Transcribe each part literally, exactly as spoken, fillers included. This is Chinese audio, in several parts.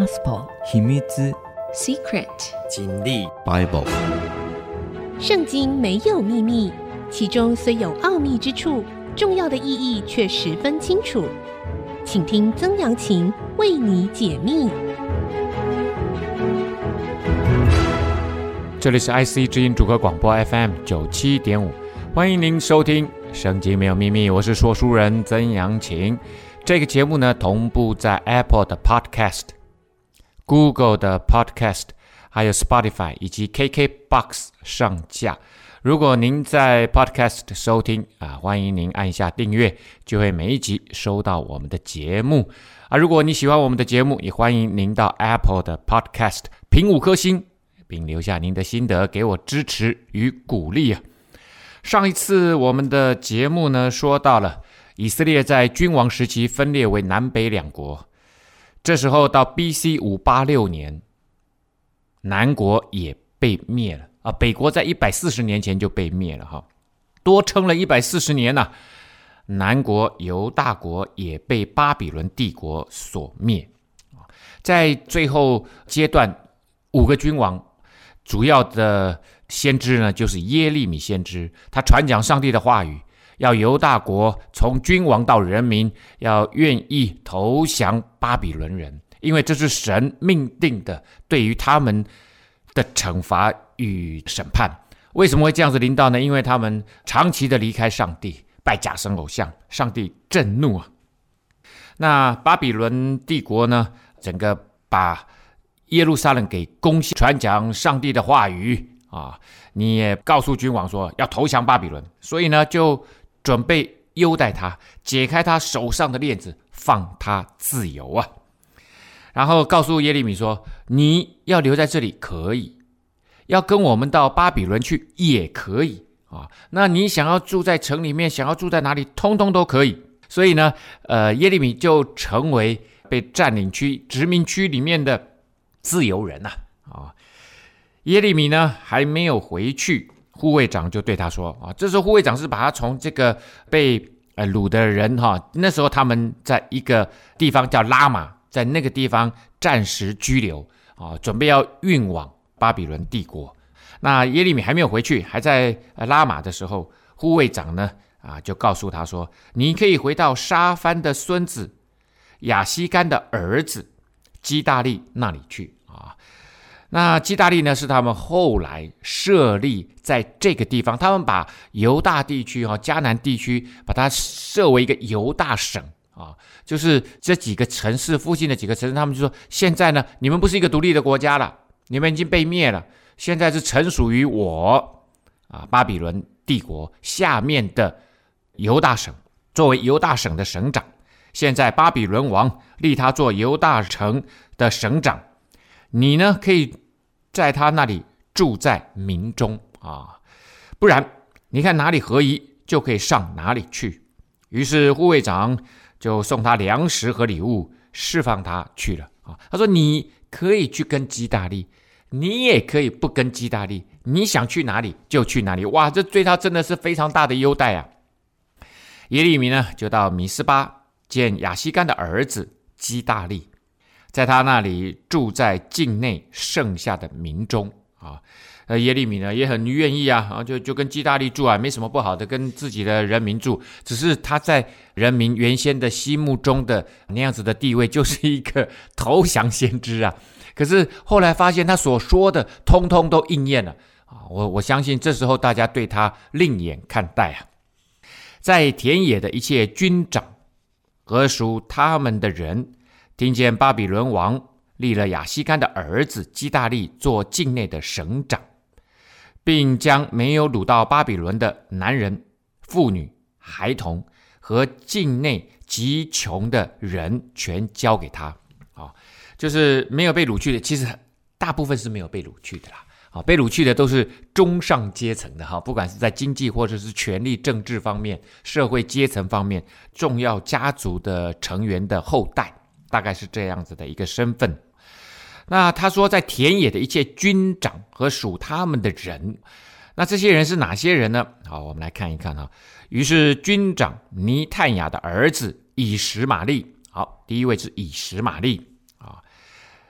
Gospel 秘密 Secret 真理 Bible 圣经没有秘密，其中虽有奥秘之处，重要的意义却十分清楚。请听曾阳晴为你解密。 这里是 I C 之音主客广播 F M 九十七点五，欢迎您收听圣经没有秘密，我是说书人曾阳晴。这个节目呢，同步在 Apple 的 Podcast、Google 的 Podcast， 还有 Spotify 以及 K K B O X 上架。如果您在 Podcast 收听啊，欢迎您按一下订阅，就会每一集收到我们的节目啊。如果你喜欢我们的节目，也欢迎您到 Apple 的 Podcast 评五颗星，并留下您的心得，给我支持与鼓励啊。上一次我们的节目呢，说到了以色列在君王时期分裂为南北两国，这时候到 B C 五八六年，南国也被灭了啊，北国在一百四十年前就被灭了哈，多撑了一百四十年呐、啊。南国犹大国也被巴比伦帝国所灭。在最后阶段，五个君王主要的先知呢，就是耶利米先知，他传讲上帝的话语，要犹大国从君王到人民要愿意投降巴比伦人，因为这是神命定的对于他们的惩罚与审判。为什么会这样子临到呢？因为他们长期的离开上帝，拜假神偶像，上帝震怒啊。那巴比伦帝国呢，整个把耶路撒冷给攻陷，传讲上帝的话语啊，你也告诉君王说要投降巴比伦，所以呢就准备优待他，解开他手上的链子，放他自由啊。然后告诉耶利米说，你要留在这里可以，要跟我们到巴比伦去也可以啊。那你想要住在城里面，想要住在哪里，通通都可以。所以呢，呃，耶利米就成为被占领区、殖民区里面的自由人呐、啊。啊，耶利米呢还没有回去，护卫长就对他说啊，这时候护卫长是把他从这个被呃掳的人哈、啊，那时候他们在一个地方叫拉玛，在那个地方暂时居留啊，准备要运往巴比伦帝国。那耶利米还没有回去，还在拉玛的时候，护卫长呢啊就告诉他说，你可以回到沙番的孙子亚西干的儿子基大利那里去啊。那基大利呢，是他们后来设立在这个地方，他们把犹大地区、迦南地区把它设为一个犹大省啊，就是这几个城市附近的几个城市，他们就说，现在呢，你们不是一个独立的国家了，你们已经被灭了，现在是臣属于我啊，巴比伦帝国下面的犹大省，作为犹大省的省长。现在巴比伦王立他做犹大城的省长，你呢可以在他那里住在民中啊，不然你看哪里合宜就可以上哪里去。于是护卫长就送他粮食和礼物，释放他去了啊。他说，你可以去跟基大利，你也可以不跟基大利，你想去哪里就去哪里。哇，这对他真的是非常大的优待啊。耶利米呢就到米斯巴见亚西干的儿子基大利，在他那里住在境内剩下的民中啊。呃，耶利米呢也很愿意啊，就就跟基大利住啊，没什么不好的，跟自己的人民住。只是他在人民原先的心目中的那样子的地位，就是一个投降先知啊。可是后来发现他所说的通通都应验了啊！我我相信这时候大家对他另眼看待啊。在田野的一切军长和属他们的人，听见巴比伦王立了亚西干的儿子基大利做境内的省长，并将没有掳到巴比伦的男人、妇女、孩童和境内极穷的人全交给他啊，就是没有被掳去的，其实大部分是没有被掳去的啦。啊，被掳去的都是中上阶层的哈，不管是在经济或者是权力、政治方面、社会阶层方面，重要家族的成员的后代，大概是这样子的一个身份。那他说，在田野的一切军长和属他们的人，那这些人是哪些人呢？好，我们来看一看哈。于是军长尼探雅的儿子以实玛利，好，第一位是以实玛利啊。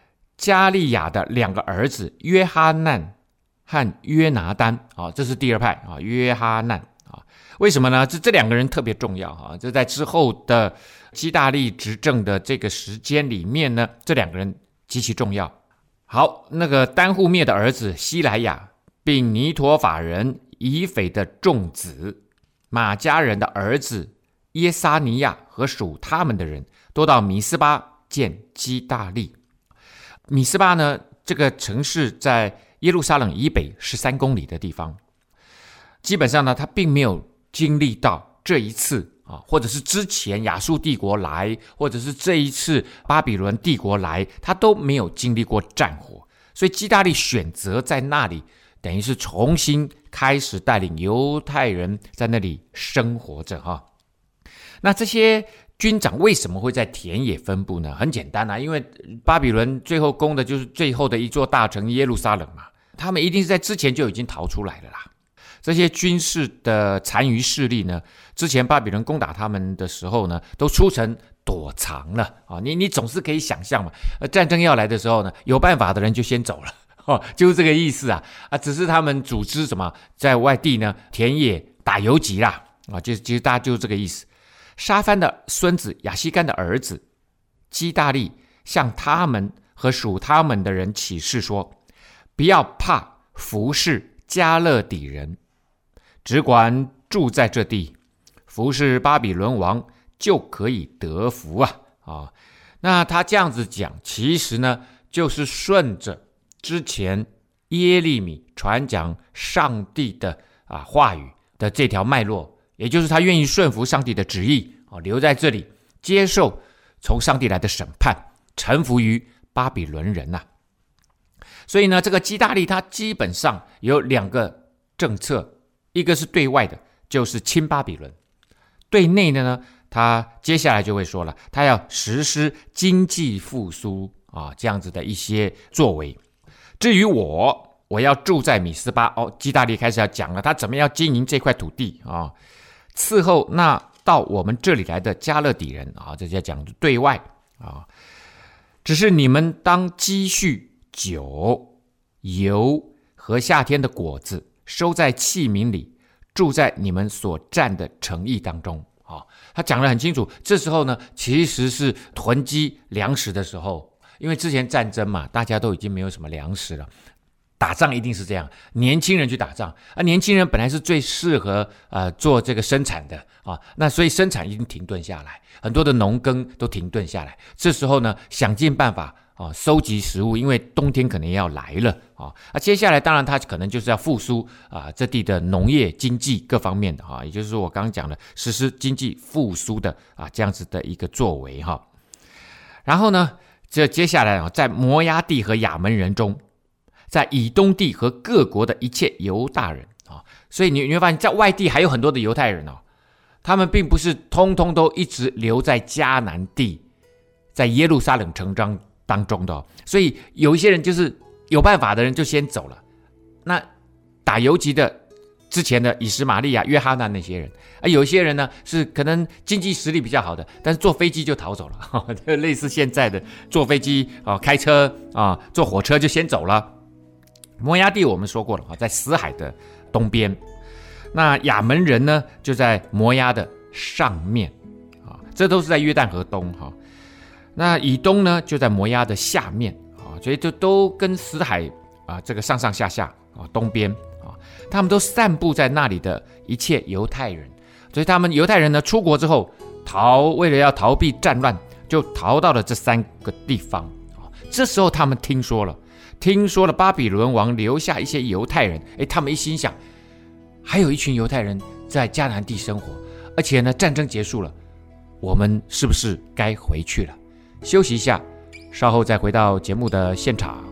加利亚的两个儿子约哈难和约拿单啊，这是第二派啊，约哈难啊，为什么呢？这这两个人特别重要啊，这在之后的基大利执政的这个时间里面呢，这两个人极其重要。好，那个单户灭的儿子西莱亚，并尼陀法人以斐的众子马加人的儿子耶沙尼亚和属他们的人，都到米斯巴见基大利。米斯巴呢，这个城市在耶路撒冷以北十三公里的地方，基本上呢，他并没有经历到这一次啊，或者是之前亚述帝国来，或者是这一次巴比伦帝国来，他都没有经历过战火，所以基大利选择在那里，等于是重新开始带领犹太人在那里生活着哈。那这些军长为什么会在田野分布呢？很简单啊，因为巴比伦最后攻的就是最后的一座大城耶路撒冷嘛，他们一定是在之前就已经逃出来了啦。这些军事的残余势力呢，之前巴比伦攻打他们的时候呢，都出城躲藏了啊。你你总是可以想象嘛，战争要来的时候呢，有办法的人就先走了，哦，就是这个意思啊啊！只是他们组织什么在外地呢田野打游击啦啊，就其实大家就是这个意思。沙番的孙子亚西干的儿子基大利向他们和属他们的人起誓说：不要怕服侍加勒底人，只管住在这地，服侍巴比伦王就可以得福啊！啊，那他这样子讲，其实呢，就是顺着之前耶利米传讲上帝的啊话语的这条脉络。也就是他愿意顺服上帝的旨意，留在这里接受从上帝来的审判，臣服于巴比伦人啊。所以呢，这个基大利他基本上有两个政策，一个是对外的，就是亲巴比伦；对内的呢，他接下来就会说了，他要实施经济复苏啊这样子的一些作为。至于我，我要住在米斯巴哦，基大利开始要讲了，他怎么样经营这块土地啊？伺候那到我们这里来的加勒底人啊，这就讲对外啊。只是你们当积蓄酒、油和夏天的果子，收在器皿里，住在你们所占的城邑当中啊。他讲得很清楚，这时候呢，其实是囤积粮食的时候，因为之前战争嘛，大家都已经没有什么粮食了。打仗一定是这样，年轻人去打仗啊，年轻人本来是最适合呃做这个生产的啊，那所以生产已经停顿下来，很多的农耕都停顿下来。这时候呢，想尽办法啊收集食物，因为冬天可能要来了啊。啊，接下来当然他可能就是要复苏啊这地的农业经济各方面的啊，也就是说我刚刚讲的实施经济复苏的啊这样子的一个作为哈。然后呢，这接下来啊，在摩押地和亚门人中，在以东地和各国的一切犹大人啊，所以你你会发现在外地还有很多的犹太人哦，他们并不是通通都一直留在迦南地，在耶路撒冷城章当中的哦，所以有一些人就是有办法的人就先走了。那打游击的之前的以实玛利亚、约哈难那些人啊，有一些人呢是可能经济实力比较好的，但是坐飞机就逃走了，呵呵就类似现在的坐飞机啊、开车啊、坐火车就先走了。摩押地我们说过了，在死海的东边，那亚门人呢就在摩押的上面啊，这都是在约旦河东哈。那以东呢就在摩押的下面啊，所以就都跟死海啊这个上上下下啊东边啊，他们都散布在那里的一切犹太人，所以他们犹太人呢出国之后逃，为了要逃避战乱，就逃到了这三个地方啊。这时候他们听说了。听说了巴比伦王留下一些犹太人，诶，他们一心想，还有一群犹太人在迦南地生活，而且呢，战争结束了，我们是不是该回去了？休息一下，稍后再回到节目的现场。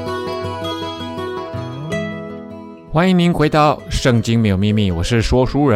欢迎您回到圣经没有秘密，我是说书人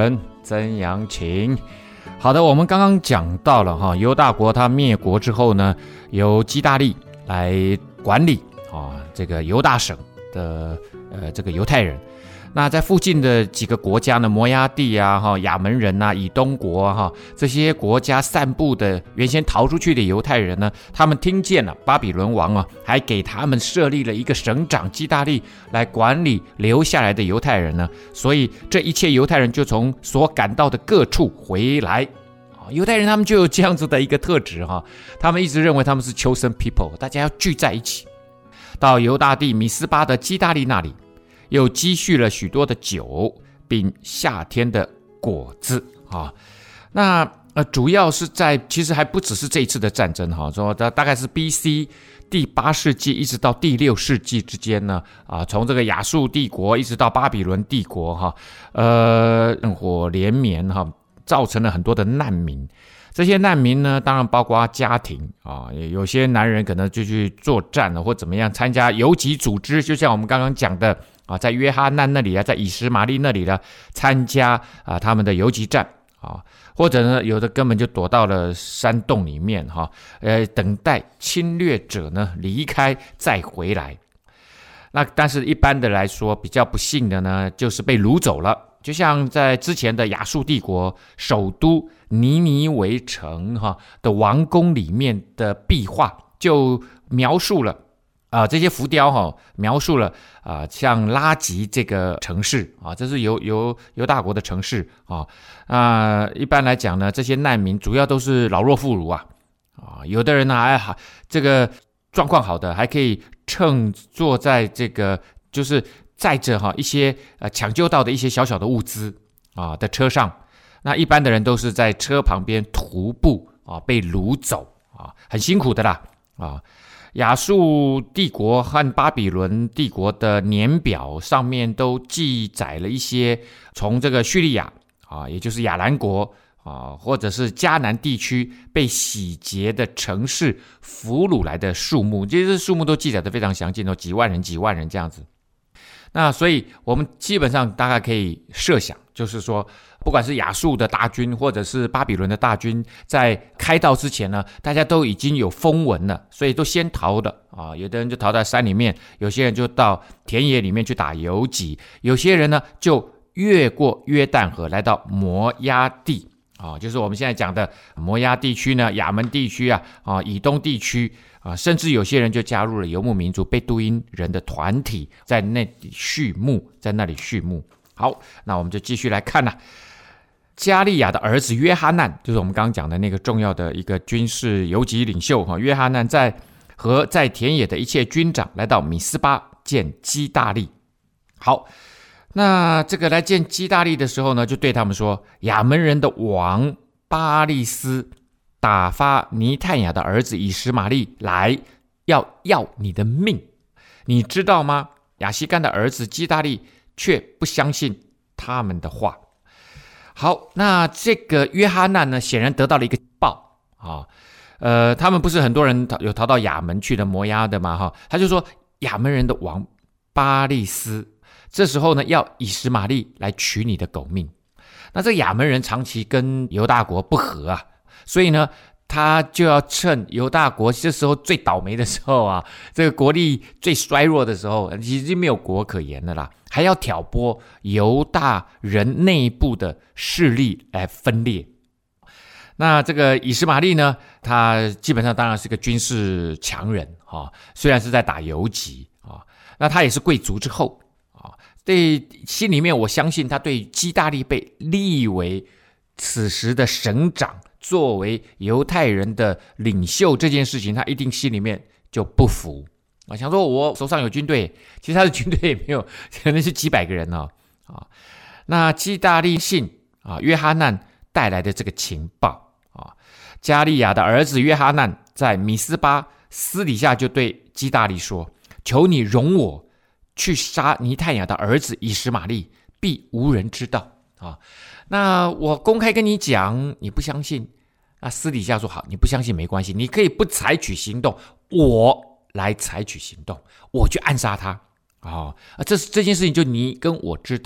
曾阳晴。好的，我们刚刚讲到了哈，犹大国他灭国之后呢，由基大利来管理啊这个犹大省的呃这个犹太人。那在附近的几个国家呢，摩押地啊、哈亚门人啊、以东国啊、哈这些国家散布的原先逃出去的犹太人呢，他们听见了巴比伦王啊，还给他们设立了一个省长基大利来管理留下来的犹太人呢，所以这一切犹太人就从所赶到的各处回来。犹太人他们就有这样子的一个特质哈，他们一直认为他们是 chosen people， 大家要聚在一起。到犹大地米斯巴的基大利那里，又积蓄了许多的酒，并夏天的果子啊。那呃，主要是在其实还不只是这一次的战争哈，说大概是 B C 第八世纪一直到第六世纪之间呢啊，从这个亚述帝国一直到巴比伦帝国哈，呃，战火连绵哈，造成了很多的难民。这些难民呢，当然包括家庭啊，有些男人可能就去作战了，或怎么样参加游击组织，就像我们刚刚讲的啊，在约哈难那里啊，在以实玛利那里呢，参加啊他们的游击战啊，或者呢，有的根本就躲到了山洞里面哈，呃，等待侵略者呢离开再回来。那但是一般的来说，比较不幸的呢，就是被掳走了。就像在之前的亚述帝国首都尼尼微城哈的王宫里面的壁画，就描述了啊、呃、这些浮雕哈，描述了啊、呃、像拉吉这个城市啊，这是犹犹犹大国的城市啊啊、呃，一般来讲呢，这些难民主要都是老弱妇孺啊啊，有的人呢还好，这个状况好的还可以乘坐在这个就是载着哈一些呃抢救到的一些小小的物资啊的车上，那一般的人都是在车旁边徒步啊被掳走啊，很辛苦的啦啊。亚述帝国和巴比伦帝国的年表上面都记载了一些从这个叙利亚啊，也就是亚兰国啊，或者是迦南地区被洗劫的城市俘虏来的数目，这些数目都记载得非常详尽哦，几万人、几万人这样子。那所以我们基本上大概可以设想，就是说不管是亚述的大军或者是巴比伦的大军，在开道之前呢，大家都已经有风闻了，所以都先逃的啊。有的人就逃在山里面，有些人就到田野里面去打游击，有些人呢就越过约旦河来到摩押地啊，就是我们现在讲的摩押地区呢，亚门地区啊，啊，以东地区啊，甚至有些人就加入了游牧民族贝都因人的团体，在那里畜牧，在那里畜牧。好，那我们就继续来看啦、啊。加利亚的儿子约哈难，就是我们刚刚讲的那个重要的一个军事游击领袖哈，约哈难在和在田野的一切军长来到米斯巴见基大利。好。那这个来见基大利的时候呢，就对他们说，亚门人的王巴利斯打发尼探雅的儿子以实玛利来，要要你的命，你知道吗？亚西干的儿子基大利却不相信他们的话。好，那这个约哈难呢，显然得到了一个报啊，呃，他们不是很多人有逃到亚门去的摩押的吗？哈，他就说亚门人的王巴利斯。这时候呢，要以实玛利来取你的狗命。那这个亚门人长期跟犹大国不和啊，所以呢，他就要趁犹大国这时候最倒霉的时候啊，这个国力最衰弱的时候，已经没有国可言了啦，还要挑拨犹大人内部的势力来分裂。那这个以实玛利呢，他基本上当然是个军事强人啊，虽然是在打游击啊，那他也是贵族之后。对，心里面我相信他对基大利被立为此时的省长，作为犹太人的领袖这件事情，他一定心里面就不服啊，想说我手上有军队，其实他的军队也没有，可能是几百个人呢、哦、啊。那基大利信啊约哈难带来的这个情报啊，加利亚的儿子约哈难在米斯巴私底下就对基大利说：“求你容我。”去杀尼探雅的儿子以实玛利，必无人知道啊！那我公开跟你讲，你不相信，那私底下说好，你不相信没关系，你可以不采取行动，我来采取行动，我去暗杀他啊！这这件事情就你跟我知道，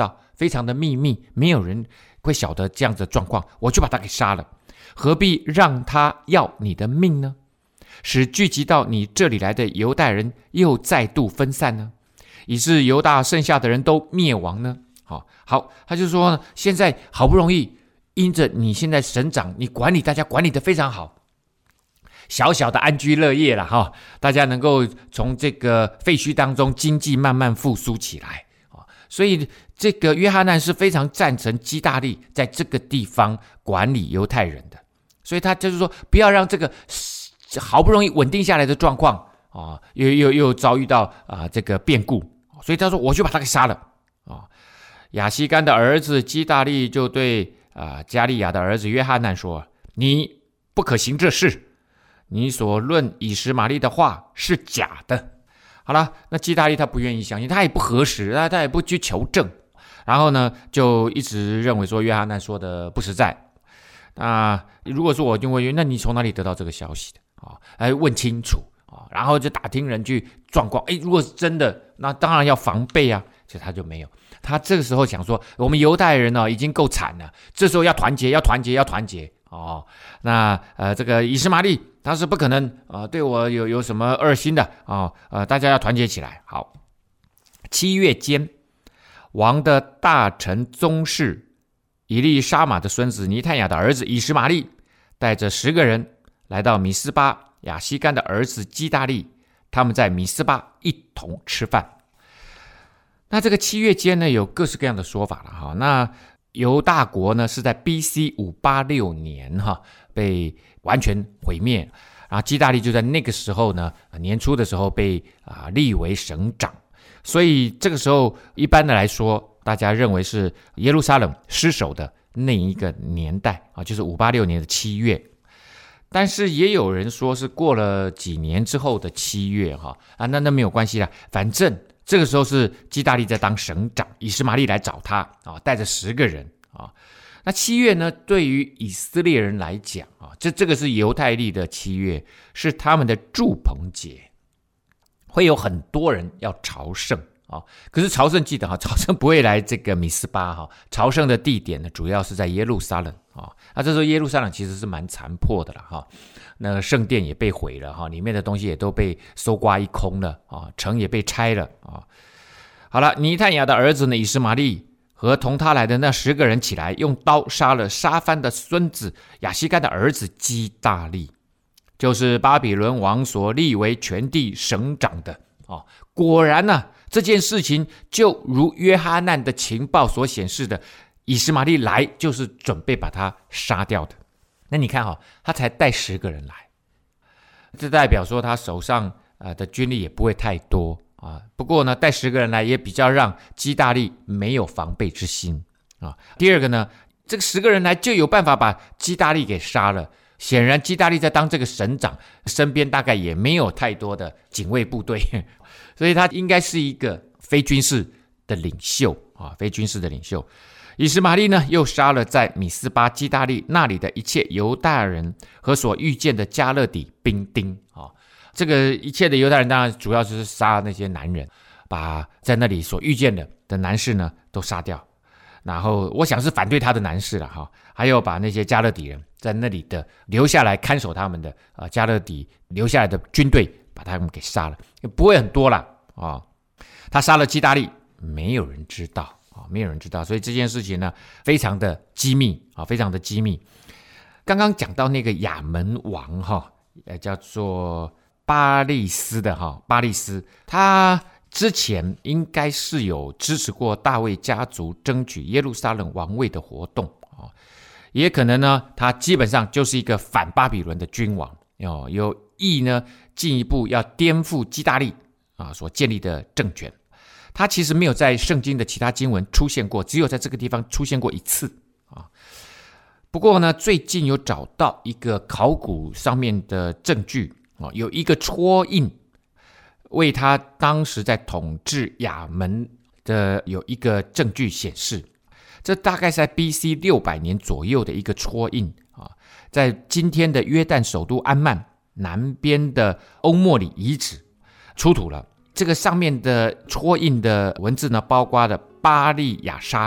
非常的秘密，没有人会晓得这样子的状况，我就把他给杀了，何必让他要你的命呢？使聚集到你这里来的犹太人又再度分散呢，以致犹大剩下的人都灭亡呢？好，好，他就说呢，现在好不容易因着你现在省长，你管理大家管理得非常好，小小的安居乐业了哈，大家能够从这个废墟当中经济慢慢复苏起来，所以这个约哈难是非常赞成基大利在这个地方管理犹太人的，所以他就是说不要让这个好不容易稳定下来的状况啊，又又又遭遇到啊这个变故，所以他说我就把他给杀了啊。亚西干的儿子基大利就对啊加利亚的儿子约哈难说：“你不可行这事，你所论以实玛利的话是假的。”好了，那基大利他不愿意相信，他也不核实，他他也不去求证，然后呢就一直认为说约哈难说的不实在。那如果说我就问，那你从哪里得到这个消息的啊？来问清楚啊，然后就打听人去状况。哎，如果是真的，那当然要防备啊。其实他就没有，他这个时候想说，我们犹太人呢、哦、已经够惨了，这时候要团结，要团结，要团结哦。那呃，这个以实玛利他是不可能呃对我有有什么恶心的啊、哦，呃，大家要团结起来。好，七月间，王的大臣宗室以利沙玛的孙子尼探雅的儿子以实玛利，带着十个人来到米斯巴，亚西干的儿子基大利，他们在米斯巴一同吃饭。那这个七月间呢，有各式各样的说法了哈。那犹大国呢是在 B C 五八六年哈被完全毁灭，然后基大利就在那个时候呢年初的时候被啊立为省长，所以这个时候一般的来说，大家认为是耶路撒冷失守的那一个年代啊，就是五八六年的七月。但是也有人说是过了几年之后的七月哈啊，那那没有关系啦，反正这个时候是基大利在当省长，以实玛利来找他啊，带着十个人啊。那七月呢，对于以色列人来讲啊，这这个是犹太历的七月，是他们的住棚节，会有很多人要朝圣啊。可是朝圣记得哈，朝圣不会来这个米斯巴哈，朝圣的地点呢，主要是在耶路撒冷啊。那这时候耶路撒冷其实是蛮残破的了哈。那圣殿也被毁了哈，里面的东西也都被搜刮一空了啊，城也被拆了啊。好了，尼探雅的儿子呢以实玛利和同他来的那十个人起来，用刀杀了沙番的孙子亚西干的儿子基大利，就是巴比伦王所立为全地省长的啊。果然呢、啊，这件事情就如约哈难的情报所显示的，以实玛利来就是准备把他杀掉的。那你看哈、哦，他才带十个人来，这代表说他手上呃的军力也不会太多啊。不过呢，带十个人来也比较让基大利没有防备之心啊。第二个呢，这个十个人来就有办法把基大利给杀了。显然基大利在当这个省长，身边大概也没有太多的警卫部队，所以他应该是一个非军事的领袖啊，非军事的领袖。以实玛利呢，又杀了在米斯巴基大利那里的一切犹大人和所遇见的加勒底兵丁啊。这个一切的犹大人当然主要就是杀那些男人，把在那里所遇见的的男士呢都杀掉。然后我想是反对他的男士了哈，还有把那些加勒底人在那里的留下来看守他们的啊加勒底留下来的军队，把他们给杀了，不会很多啦啊。他杀了基大利，没有人知道。啊，没有人知道，所以这件事情呢，非常的机密啊，非常的机密。刚刚讲到那个亚门王哈，呃，叫做巴利斯的哈，巴利斯，他之前应该是有支持过大卫家族争取耶路撒冷王位的活动啊，也可能呢，他基本上就是一个反巴比伦的君王哦，有意呢进一步要颠覆基大利啊所建立的政权。他其实没有在圣经的其他经文出现过，只有在这个地方出现过一次啊。不过呢，最近有找到一个考古上面的证据啊，有一个戳印，为他当时在统治亚门的有一个证据显示，这大概在 B C 六百年左右的一个戳印啊，在今天的约旦首都安曼南边的欧莫里遗址出土了。这个上面的戳印的文字呢，包括了巴利亚沙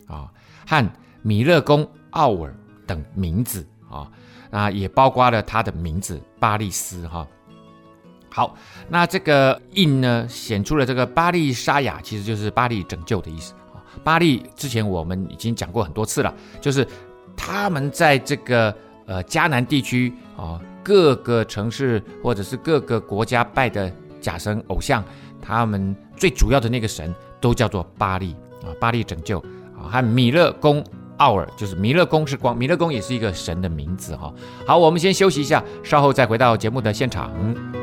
啊，和米勒公奥尔等名字啊，那也包括了他的名字巴利斯哈。好，那这个印呢，显出了这个巴利沙雅，其实就是巴利拯救的意思啊。巴利之前我们已经讲过很多次了，就是他们在这个呃迦南地区啊，各个城市或者是各个国家拜的假神偶像，他们最主要的那个神都叫做巴利啊，巴利拯救啊，和米勒公奥尔，就是弥勒公是光，弥勒公也是一个神的名字哈。好，我们先休息一下，稍后再回到节目的现场。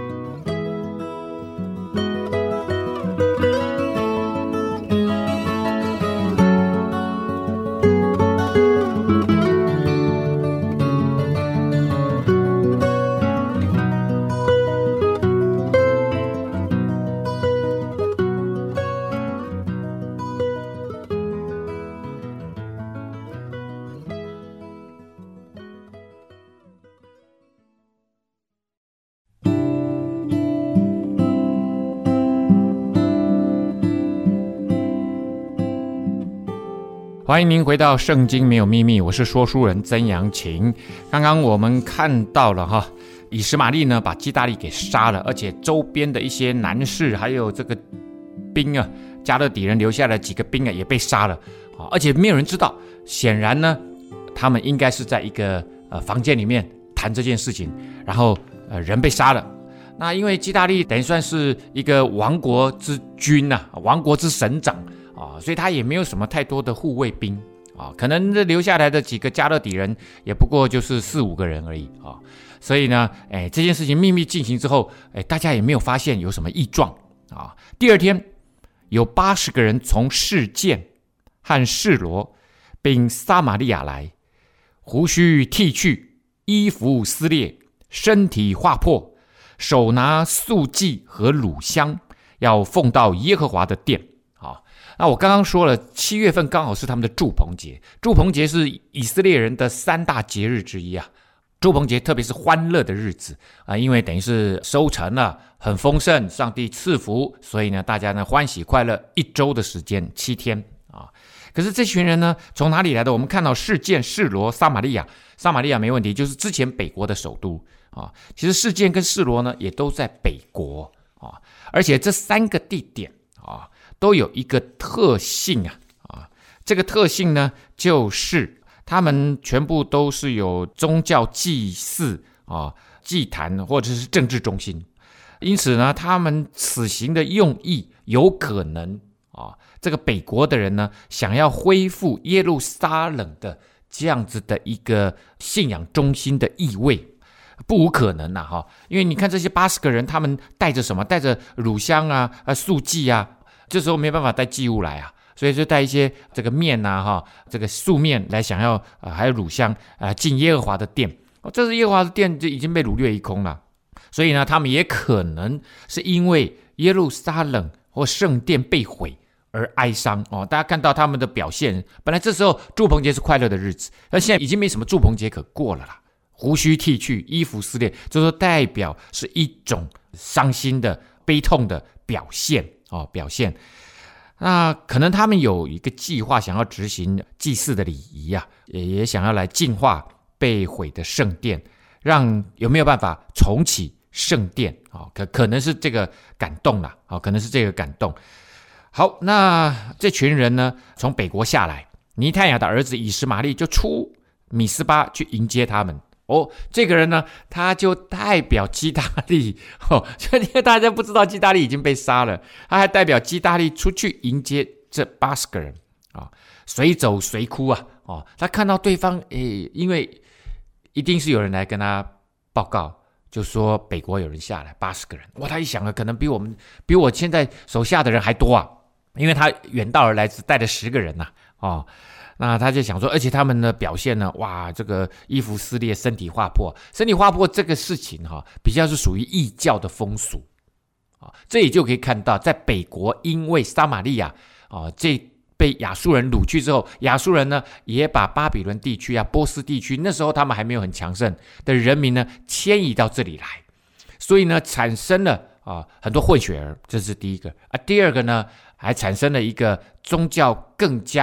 欢迎您回到圣经没有秘密，我是说书人曾阳晴。刚刚我们看到了哈，以实玛利呢把基大利给杀了，而且周边的一些男士还有这个兵啊，加勒底人留下的几个兵啊也被杀了啊，而且没有人知道。显然呢，他们应该是在一个呃房间里面谈这件事情，然后呃人被杀了。那因为基大利等于算是一个亡国之君呐、啊，亡国之省长。啊，所以他也没有什么太多的护卫兵啊，可能留下来的几个加勒底人也不过就是四五个人而已啊。所以呢，哎，这件事情秘密进行之后，哎，大家也没有发现有什么异状啊。第二天，有八十个人从示剑和示罗并撒玛利亚来，胡须剃去，衣服撕裂，身体划破，手拿素祭和乳香，要奉到耶和华的殿。那我刚刚说了，七月份刚好是他们的住棚节，住棚节是以色列人的三大节日之一啊。住棚节特别是欢乐的日子啊，因为等于是收成了，很丰盛，上帝赐福，所以呢，大家呢欢喜快乐一周的时间，七天啊。可是这群人呢，从哪里来的？我们看到示剑、示罗、撒玛利亚，撒玛利亚没问题，就是之前北国的首都啊。其实示剑跟示罗呢，也都在北国啊，而且这三个地点啊。都有一个特性啊，啊，这个特性呢，就是他们全部都是有宗教祭祀啊、祭坛或者是政治中心，因此呢，他们此行的用意有可能啊，这个北国的人呢，想要恢复耶路撒冷的这样子的一个信仰中心的意味。不无可能呐、啊，哈，因为你看这些八十个人，他们带着什么？带着乳香啊、啊素祭啊。这时候没办法带祭物来啊，所以就带一些这个面啊，哈，这个素面来想要啊，还有乳香啊，进耶和华的殿。哦，这是耶和华的殿就已经被掳掠一空了，所以呢，他们也可能是因为耶路撒冷或圣殿被毁而哀伤哦。大家看到他们的表现，本来这时候住棚节是快乐的日子，但现在已经没什么住棚节可过了啦。胡须剃去，衣服撕裂，这说代表是一种伤心的、悲痛的表现。哦，表现，那可能他们有一个计划，想要执行祭祀的礼仪啊，也也想要来净化被毁的圣殿，让有没有办法重启圣殿？哦，可可能是这个感动啦，哦，可能是这个感动。好，那这群人呢，从北国下来，尼探雅的儿子以实玛利就出米斯巴去迎接他们。哦，这个人呢，他就代表基大利哦，就因为大家不知道基大利已经被杀了，他还代表基大利出去迎接这八十个人啊、哦，随走随哭啊哦，他看到对方诶，因为一定是有人来跟他报告，就说北国有人下来八十个人，哇，他一想啊，可能比我们比我现在手下的人还多啊，因为他远道而来只带了十个人呐、啊、哦。那他就想说，而且他们的表现呢，哇，这个衣服撕裂，身体划破，身体划破这个事情哈、啊，比较是属于异教的风俗啊。这也就可以看到，在北国，因为撒玛利亚啊，这被亚述人掳去之后，亚述人呢也把巴比伦地区啊、波斯地区，那时候他们还没有很强盛的人民呢，迁移到这里来，所以呢，产生了啊很多混血儿，这是第一个啊。第二个呢，还产生了一个宗教更加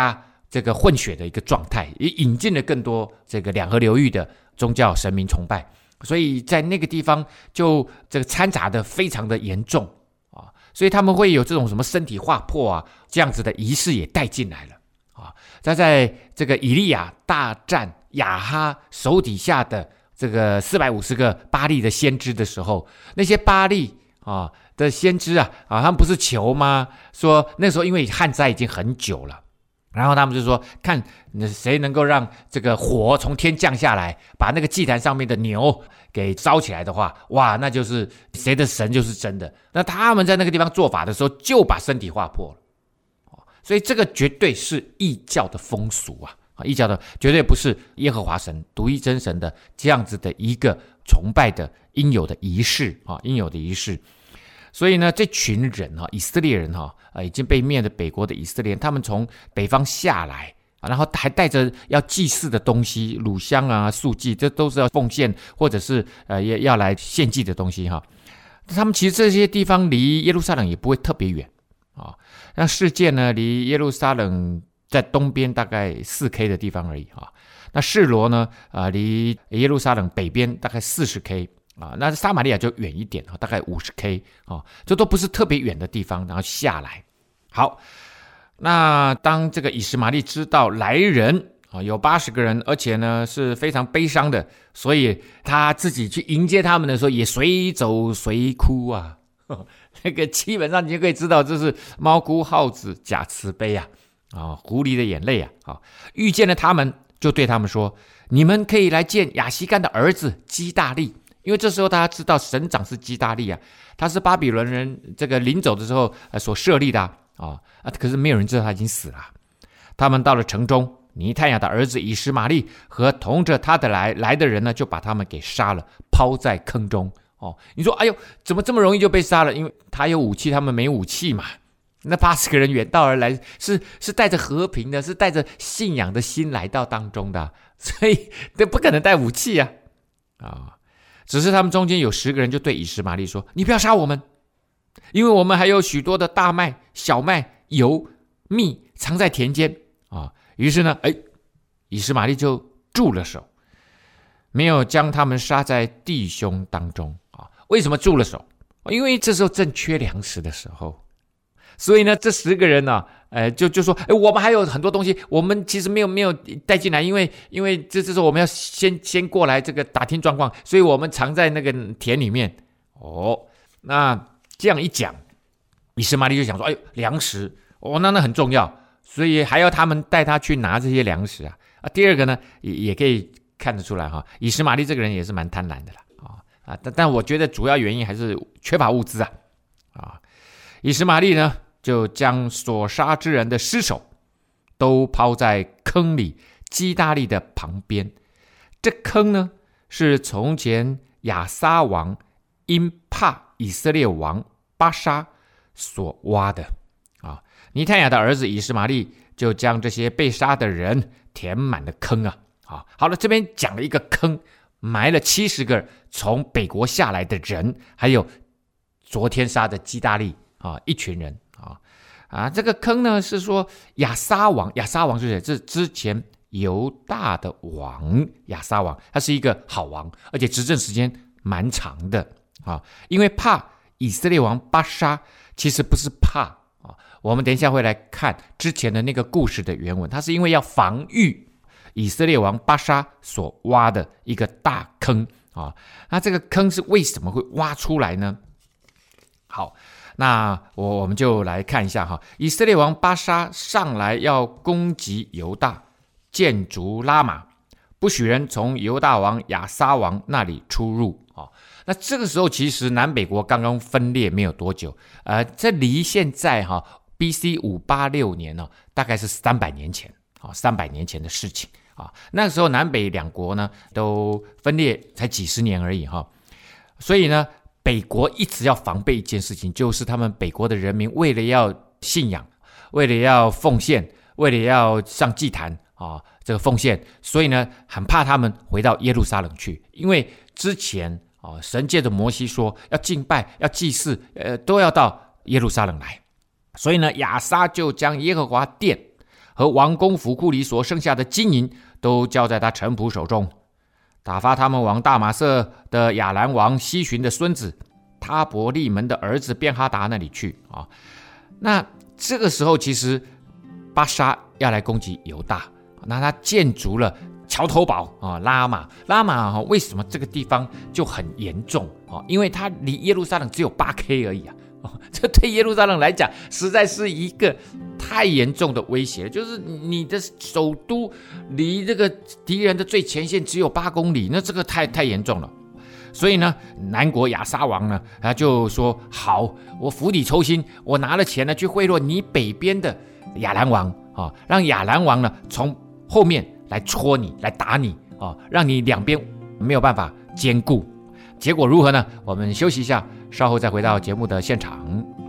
这个混血的一个状态，也引进了更多这个两河流域的宗教神明崇拜，所以在那个地方就这个掺杂的非常的严重啊，所以他们会有这种什么身体划破啊这样子的仪式也带进来了啊。在在这个以利亚大战亚哈手底下的这个四百五十个巴力的先知的时候，那些巴力啊的先知啊啊，他们不是求吗？说那时候因为旱灾已经很久了。然后他们就说，看谁能够让这个火从天降下来，把那个祭坛上面的牛给烧起来的话，哇，那就是谁的神就是真的。那他们在那个地方做法的时候，就把身体划破了。所以这个绝对是异教的风俗啊，异教的绝对不是耶和华神独一真神的这样子的一个崇拜的应有的仪式啊，应有的仪式。所以呢，这群人哈，以色列人哈，啊，已经被灭的北国的以色列人，他们从北方下来，然后还带着要祭祀的东西，乳香啊、素祭，这都是要奉献或者是呃要来献祭的东西哈。他们其实这些地方离耶路撒冷也不会特别远啊。那世界呢，离耶路撒冷在东边大概四 K 的地方而已啊。那示罗呢，啊，离耶路撒冷北边大概四十 K。啊，那撒玛利亚就远一点，大概五十 K 啊，这都不是特别远的地方，然后下来。好，那当这个以实玛利知道来人啊有八十个人，而且呢是非常悲伤的，所以他自己去迎接他们的时候，也随走随哭啊。那个基本上你就可以知道，这是猫哭耗子假慈悲啊，啊，狐狸的眼泪啊。啊，遇见了他们，就对他们说：“你们可以来见亚西干的儿子基大利。”因为这时候大家知道省长是基大利啊，他是巴比伦人这个临走的时候所设立的啊，啊，可是没有人知道他已经死了。他们到了城中，尼探雅的儿子以实玛利和同着他的来来的人呢，就把他们给杀了，抛在坑中。哦，你说，哎呦，怎么这么容易就被杀了？因为他有武器，他们没武器嘛。那八十个人远道而来，是是带着和平的，是带着信仰的心来到当中的，所以这不可能带武器啊，啊。只是他们中间有十个人就对以实玛利说：“你不要杀我们，因为我们还有许多的大麦、小麦、油、蜜藏在田间啊。”于是呢，哎，以实玛利就住了手，没有将他们杀在弟兄当中啊。为什么住了手？因为这时候正缺粮食的时候，所以呢，这十个人呢、啊，呃，就就说，哎，我们还有很多东西，我们其实没有没有带进来，因为因为这这是我们要先先过来这个打听状况，所以我们藏在那个田里面。哦，那这样一讲，以实玛利就想说，哎呦，粮食，哦，那那很重要，所以还要他们带他去拿这些粮食啊。啊，第二个呢，也也可以看得出来哈，以实玛利这个人也是蛮贪婪的啦，啊啊，但但我觉得主要原因还是缺乏物资啊，啊，以实玛利呢，就将所杀之人的尸首都抛在坑里基大利的旁边。这坑呢，是从前亚撒王因怕以色列王巴沙所挖的啊。尼探雅的儿子以实玛利就将这些被杀的人填满了坑啊。啊，好了，这边讲了一个坑，埋了七十个从北国下来的人，还有昨天杀的基大利啊，一群人。啊啊，这个坑呢是说亚撒王，亚撒王是谁？这之前犹大的王亚撒王，他是一个好王，而且执政时间蛮长的啊。因为怕以色列王巴沙，其实不是怕啊。我们等一下会来看之前的那个故事的原文，他是因为要防御以色列王巴沙所挖的一个大坑啊。那这个坑是为什么会挖出来呢？好。那我我们就来看一下哈，以色列王巴沙上来要攻击犹大，建筑拉玛，不许人从犹大王亚撒王那里出入啊。那这个时候其实南北国刚刚分裂没有多久，呃，这离现在哈 B C 五八六年呢、哦，大概是三百年前啊，三百年前的事情啊。那个时候南北两国呢都分裂才几十年而已哈，所以呢。北国一直要防备一件事情，就是他们北国的人民为了要信仰，为了要奉献，为了要上祭坛啊，这个奉献，所以呢，很怕他们回到耶路撒冷去，因为之前啊，神借着摩西说要敬拜、要祭祀，呃，都要到耶路撒冷来，所以呢，亚撒就将耶和华殿和王宫府库里所剩下的金银都交在他臣仆手中，打发他们往大马色的亚兰王西寻的孙子他伯利门的儿子便哈达那里去啊。那这个时候其实巴沙要来攻击犹大，那他建筑了桥头堡啊，拉玛。拉玛、啊、为什么这个地方就很严重啊？因为它离耶路撒冷只有 八 K 而已啊。这对耶路撒冷来讲实在是一个太严重的威胁，就是你的首都离这个敌人的最前线只有八公里，那这个太太严重了。所以呢，南国亚撒王呢，他就说好，我釜底抽薪，我拿了钱呢去贿赂你北边的亚兰王啊，让亚兰王呢从后面来戳你，来打你啊，让你两边没有办法兼顾。结果如何呢？我们休息一下，稍后再回到节目的现场。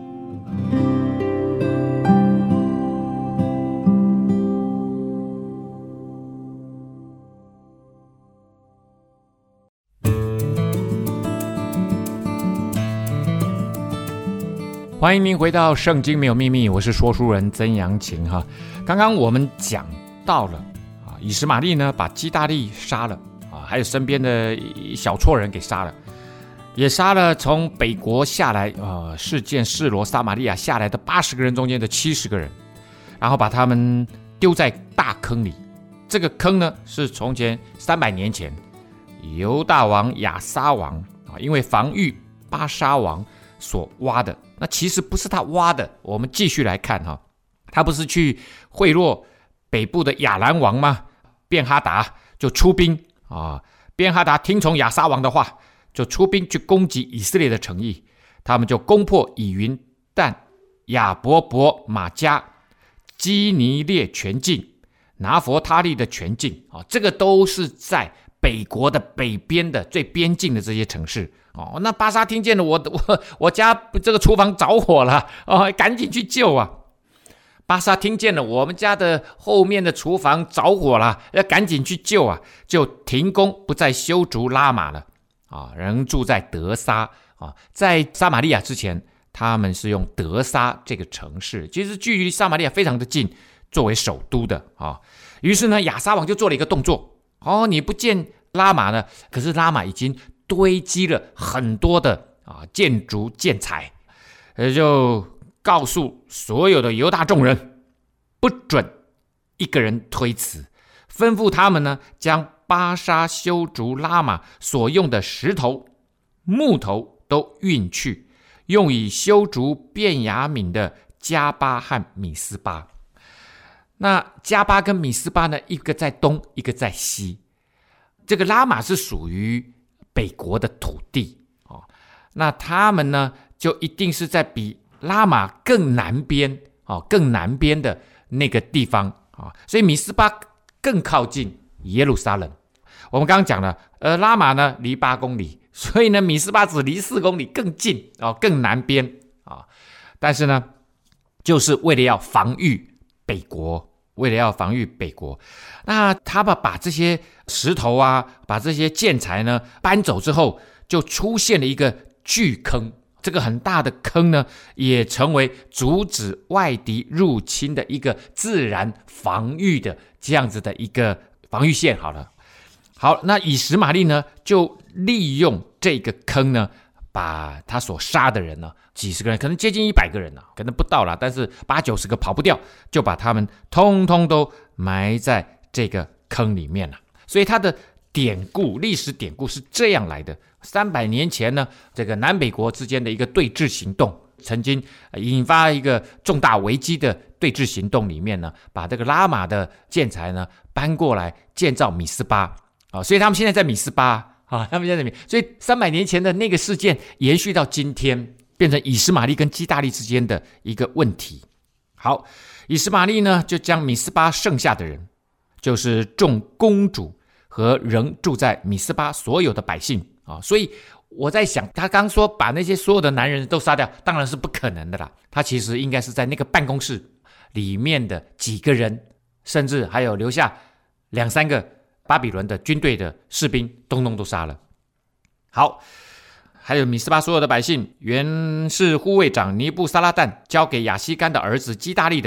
欢迎您回到圣经没有秘密，我是说书人曾阳晴哈。刚刚我们讲到了啊，以实玛利呢把基大利杀了啊，还有身边的一小撮人给杀了，也杀了从北国下来呃事件示罗撒玛利亚下来的八十个人中间的七十个人，然后把他们丢在大坑里。这个坑呢是从前三百年前犹大王亚撒王啊，因为防御巴沙王所挖的。那其实不是他挖的，我们继续来看哈，他不是去贿赂北部的亚兰王吗？便哈达就出兵啊，便哈达听从亚撒王的话，就出兵去攻击以色列的城邑，他们就攻破以云、但、亚伯伯、马加、基尼列全境、拿佛他利的全境啊，这个都是在北国的北边的最边境的这些城市。哦，那巴沙听见了，我我我家这个厨房着火了，哦，赶紧去救啊！巴沙听见了，我们家的后面的厨房着火了，要赶紧去救啊！就停工，不再修筑拉玛了啊，仍住在德撒啊。在撒玛利亚之前，他们是用德撒这个城市，其实距离撒玛利亚非常的近，作为首都的啊。于是呢，亚撒王就做了一个动作，哦，你不建拉玛呢？可是拉玛已经堆积了很多的啊建筑建材，就告诉所有的犹大众人，不准一个人推辞，吩咐他们呢将巴沙修筑拉玛所用的石头、木头都运去，用以修筑便雅悯的加巴和米斯巴。那加巴跟米斯巴呢，一个在东，一个在西。这个拉玛是属于北国的土地、哦、那他们呢就一定是在比拉玛更南边、哦、更南边的那个地方、哦、所以米斯巴更靠近耶路撒冷。我们刚刚讲了，呃，拉玛呢离八公里，所以呢米斯巴只离四公里，更近、哦、更南边、哦、但是呢就是为了要防御北国。为了要防御北国，那他们把这些石头啊，把这些建材呢搬走之后，就出现了一个巨坑。这个很大的坑呢，也成为阻止外敌入侵的一个自然防御的这样子的一个防御线。好了，好，那以实玛利呢，就利用这个坑呢，把他所杀的人呢，几十个人，可能接近一百个人了，可能不到了，但是八九十个跑不掉，就把他们通通都埋在这个坑里面了。所以他的典故，历史典故是这样来的：三百年前呢，这个南北国之间的一个对峙行动，曾经引发一个重大危机的对峙行动里面呢，把这个拉玛的建材呢搬过来建造米斯巴啊，所以他们现在在米斯巴。啊，他们在那边，所以三百年前的那个事件延续到今天，变成以实玛利跟基大利之间的一个问题。好，以实玛利呢，就将米斯巴剩下的人，就是众公主和仍住在米斯巴所有的百姓啊。所以我在想，他刚说把那些所有的男人都杀掉，当然是不可能的啦。他其实应该是在那个办公室里面的几个人，甚至还有留下两三个巴比伦的军队的士兵，通通都杀了。好，还有米斯巴所有的百姓，原是护卫长尼布撒拉旦交给亚西干的儿子基大利的，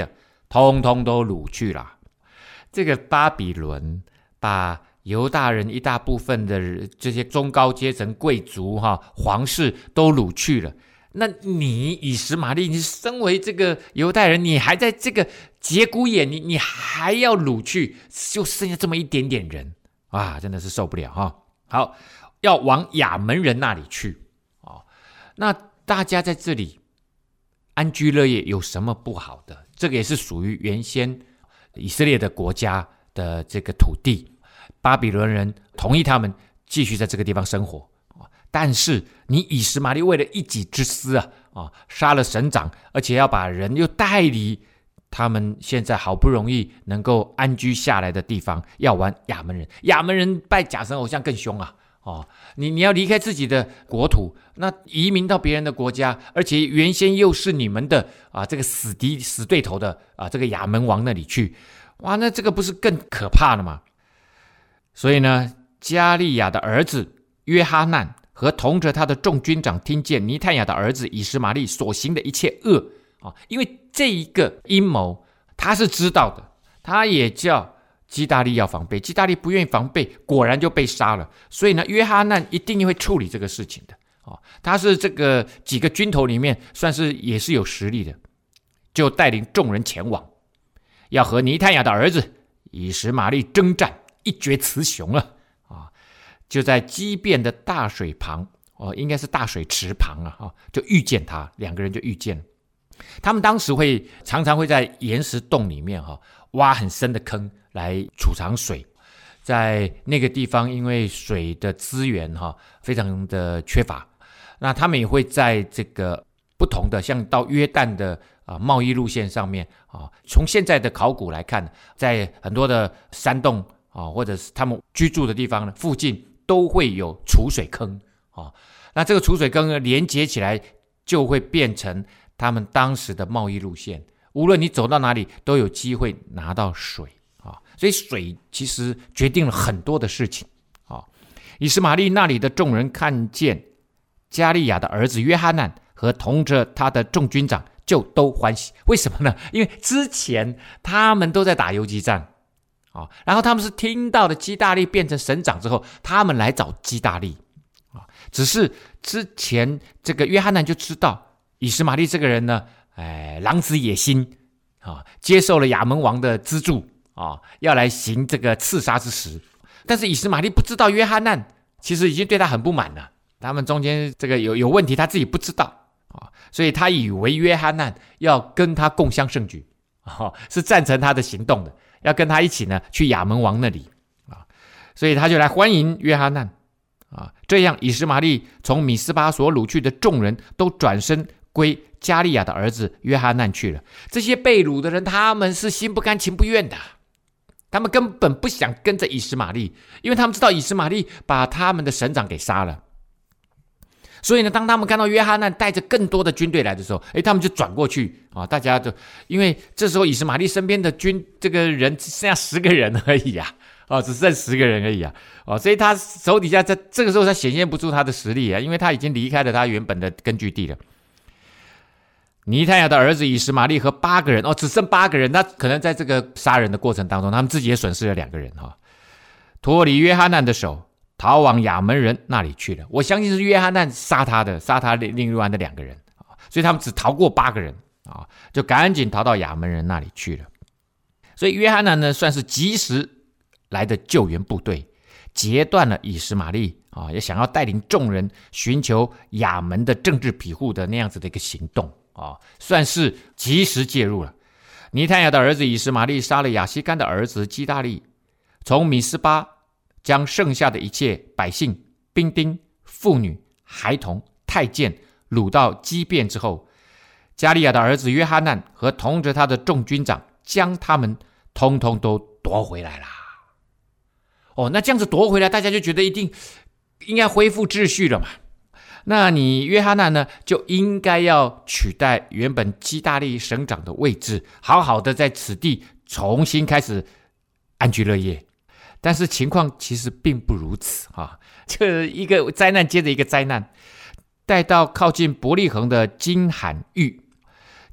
通通都掳去了。这个巴比伦把犹大人一大部分的这些中高阶层贵族哈、皇室都掳去了。那你以实玛利，你身为这个犹太人，你还在这个节骨眼，你你还要掳去，就剩下这么一点点人啊，真的是受不了哈。好，要往亚门人那里去哦。那大家在这里安居乐业有什么不好的？这个也是属于原先以色列的国家的这个土地，巴比伦人同意他们继续在这个地方生活。但是你以实玛利为了一己之私啊，啊，杀了省长，而且要把人又带离他们现在好不容易能够安居下来的地方，要玩亚门人。亚门人拜假神偶像更凶啊！哦，你你要离开自己的国土，那移民到别人的国家，而且原先又是你们的啊这个死敌死对头的啊这个亚门王那里去，哇，那这个不是更可怕了吗？所以呢，加利亚的儿子约哈难和同着他的众军长听见尼探雅的儿子以实玛利所行的一切恶啊，因为这一个阴谋他是知道的，他也叫基大利要防备，基大利不愿意防备，果然就被杀了。所以呢，约哈难一定会处理这个事情的啊，他是这个几个军头里面算是也是有实力的，就带领众人前往，要和尼探雅的儿子以实玛利征战，一决雌雄了。就在基遍的大水旁、哦、应该是大水池旁啊、哦，就遇见他，两个人就遇见了。他们当时会常常会在岩石洞里面、哦、挖很深的坑来储藏水，在那个地方因为水的资源、哦、非常的缺乏，那他们也会在这个不同的像到约旦的、啊、贸易路线上面、啊、从现在的考古来看，在很多的山洞、啊、或者是他们居住的地方呢附近都会有储水坑、哦、那这个储水坑呢连接起来就会变成他们当时的贸易路线，无论你走到哪里都有机会拿到水、哦、所以水其实决定了很多的事情、哦、以实玛利那里的众人看见加利亚的儿子约哈难和同着他的众军长，就都欢喜。为什么呢？因为之前他们都在打游击战，哦、然后他们是听到了基大利变成省长之后，他们来找基大利、哦、只是之前这个约哈难就知道以实玛利这个人呢，哎，狼子野心、哦、接受了亚门王的资助、哦、要来行这个刺杀之实。但是以实玛利不知道约哈难其实已经对他很不满了，他们中间这个有有问题他自己不知道、哦、所以他以为约哈难要跟他共襄盛举、哦、是赞成他的行动的，要跟他一起呢去亚门王那里、啊、所以他就来欢迎约哈难、啊、这样以实玛利从米斯巴所掳去的众人都转身归加利亚的儿子约哈难去了。这些被掳的人他们是心不甘情不愿的，他们根本不想跟着以实玛利，因为他们知道以实玛利把他们的省长给杀了。所以呢，当他们看到约哈难带着更多的军队来的时候，诶，他们就转过去啊！大家就因为这时候以实玛利身边的军这个人只剩下十个人而已啊，哦，只剩十个人而已啊，哦，所以他手底下在这个时候他显现不出他的实力啊，因为他已经离开了他原本的根据地了。尼探雅的儿子以实玛利和八个人，哦，只剩八个人，那可能在这个杀人的过程当中，他们自己也损失了两个人哈、哦，脱离约哈难的手，逃往亚门人那里去了。我相信是约哈难杀他的，杀他另外的两个人，所以他们只逃过八个人啊，就赶紧逃到亚门人那里去了。所以约哈难呢，算是及时来的救援部队，截断了以实玛利啊，也想要带领众人寻求亚门的政治庇护的那样子的一个行动啊，算是及时介入了。尼探雅的儿子以实玛利杀了亚西干的儿子基大利，从米斯巴将剩下的一切百姓、兵丁、妇女、孩童、太监掳到基遍之后，加利亚的儿子约哈难和同着他的众军长将他们通通都夺回来啦。哦，那这样子夺回来，大家就觉得一定应该恢复秩序了嘛。那你约哈难呢，就应该要取代原本基大利省长的位置，好好的在此地重新开始安居乐业。但是情况其实并不如此啊！这一个灾难接着一个灾难，带到靠近伯利恒的金罕域，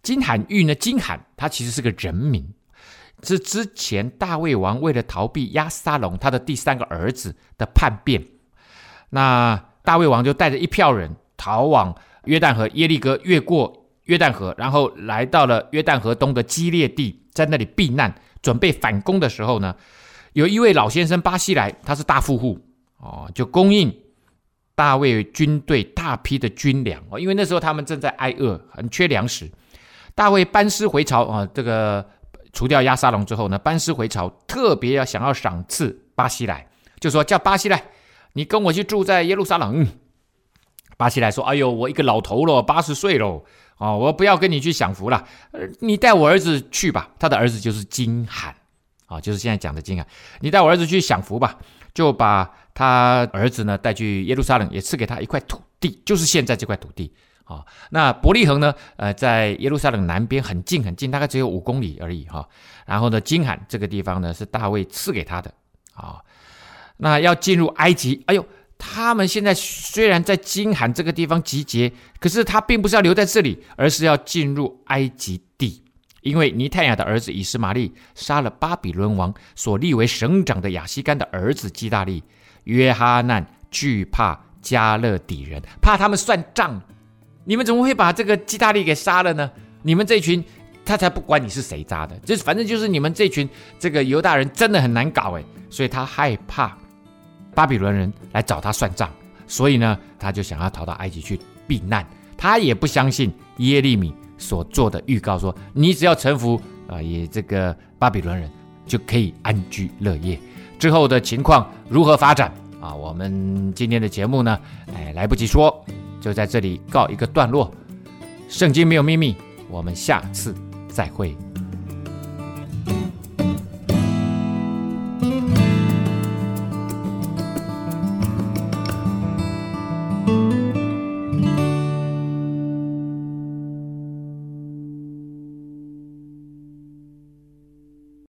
金罕玉呢，金罕他其实是个人名，是之前大卫王为了逃避押沙龙他的第三个儿子的叛变，那大卫王就带着一票人逃往约旦河，耶利哥越过约旦河，然后来到了约旦河东的基列地，在那里避难，准备反攻的时候呢，有一位老先生巴西莱，他是大富户、哦、就供应大卫军队大批的军粮、哦、因为那时候他们正在挨饿，很缺粮食。大卫班师回朝、哦、这个除掉押沙龙之后呢，班师回朝，特别要想要赏赐巴西莱，就说叫巴西莱，你跟我去住在耶路撒冷。巴西莱说：“哎呦，我一个老头了，八十岁了，哦，我不要跟你去享福了，你带我儿子去吧。”他的儿子就是金罕，啊、哦，就是现在讲的金罕。你带我儿子去享福吧，就把他儿子呢带去耶路撒冷，也赐给他一块土地，就是现在这块土地。啊、哦，那伯利恒呢？呃，在耶路撒冷南边很近很近，大概只有五公里而已哈、哦。然后呢，金罕这个地方呢是大卫赐给他的啊、哦。那要进入埃及，哎呦，他们现在虽然在金罕这个地方集结，可是他并不是要留在这里，而是要进入埃及地，因为尼泰亚的儿子以实玛利杀了巴比伦王所立为省长的亚西干的儿子基大利。约哈难惧怕加勒底人，怕他们算账。你们怎么会把这个基大利给杀了呢？你们这群，他才不管你是谁杀的，就是反正就是你们这群这个犹大人真的很难搞哎，所以他害怕巴比伦人来找他算账，所以呢，他就想要逃到埃及去避难。他也不相信耶利米所做的预告说，你只要臣服啊、呃，也这个巴比伦人就可以安居乐业。之后的情况如何发展啊？我们今天的节目呢，哎，来不及说。就在这里告一个段落，圣经没有秘密，我们下次再会。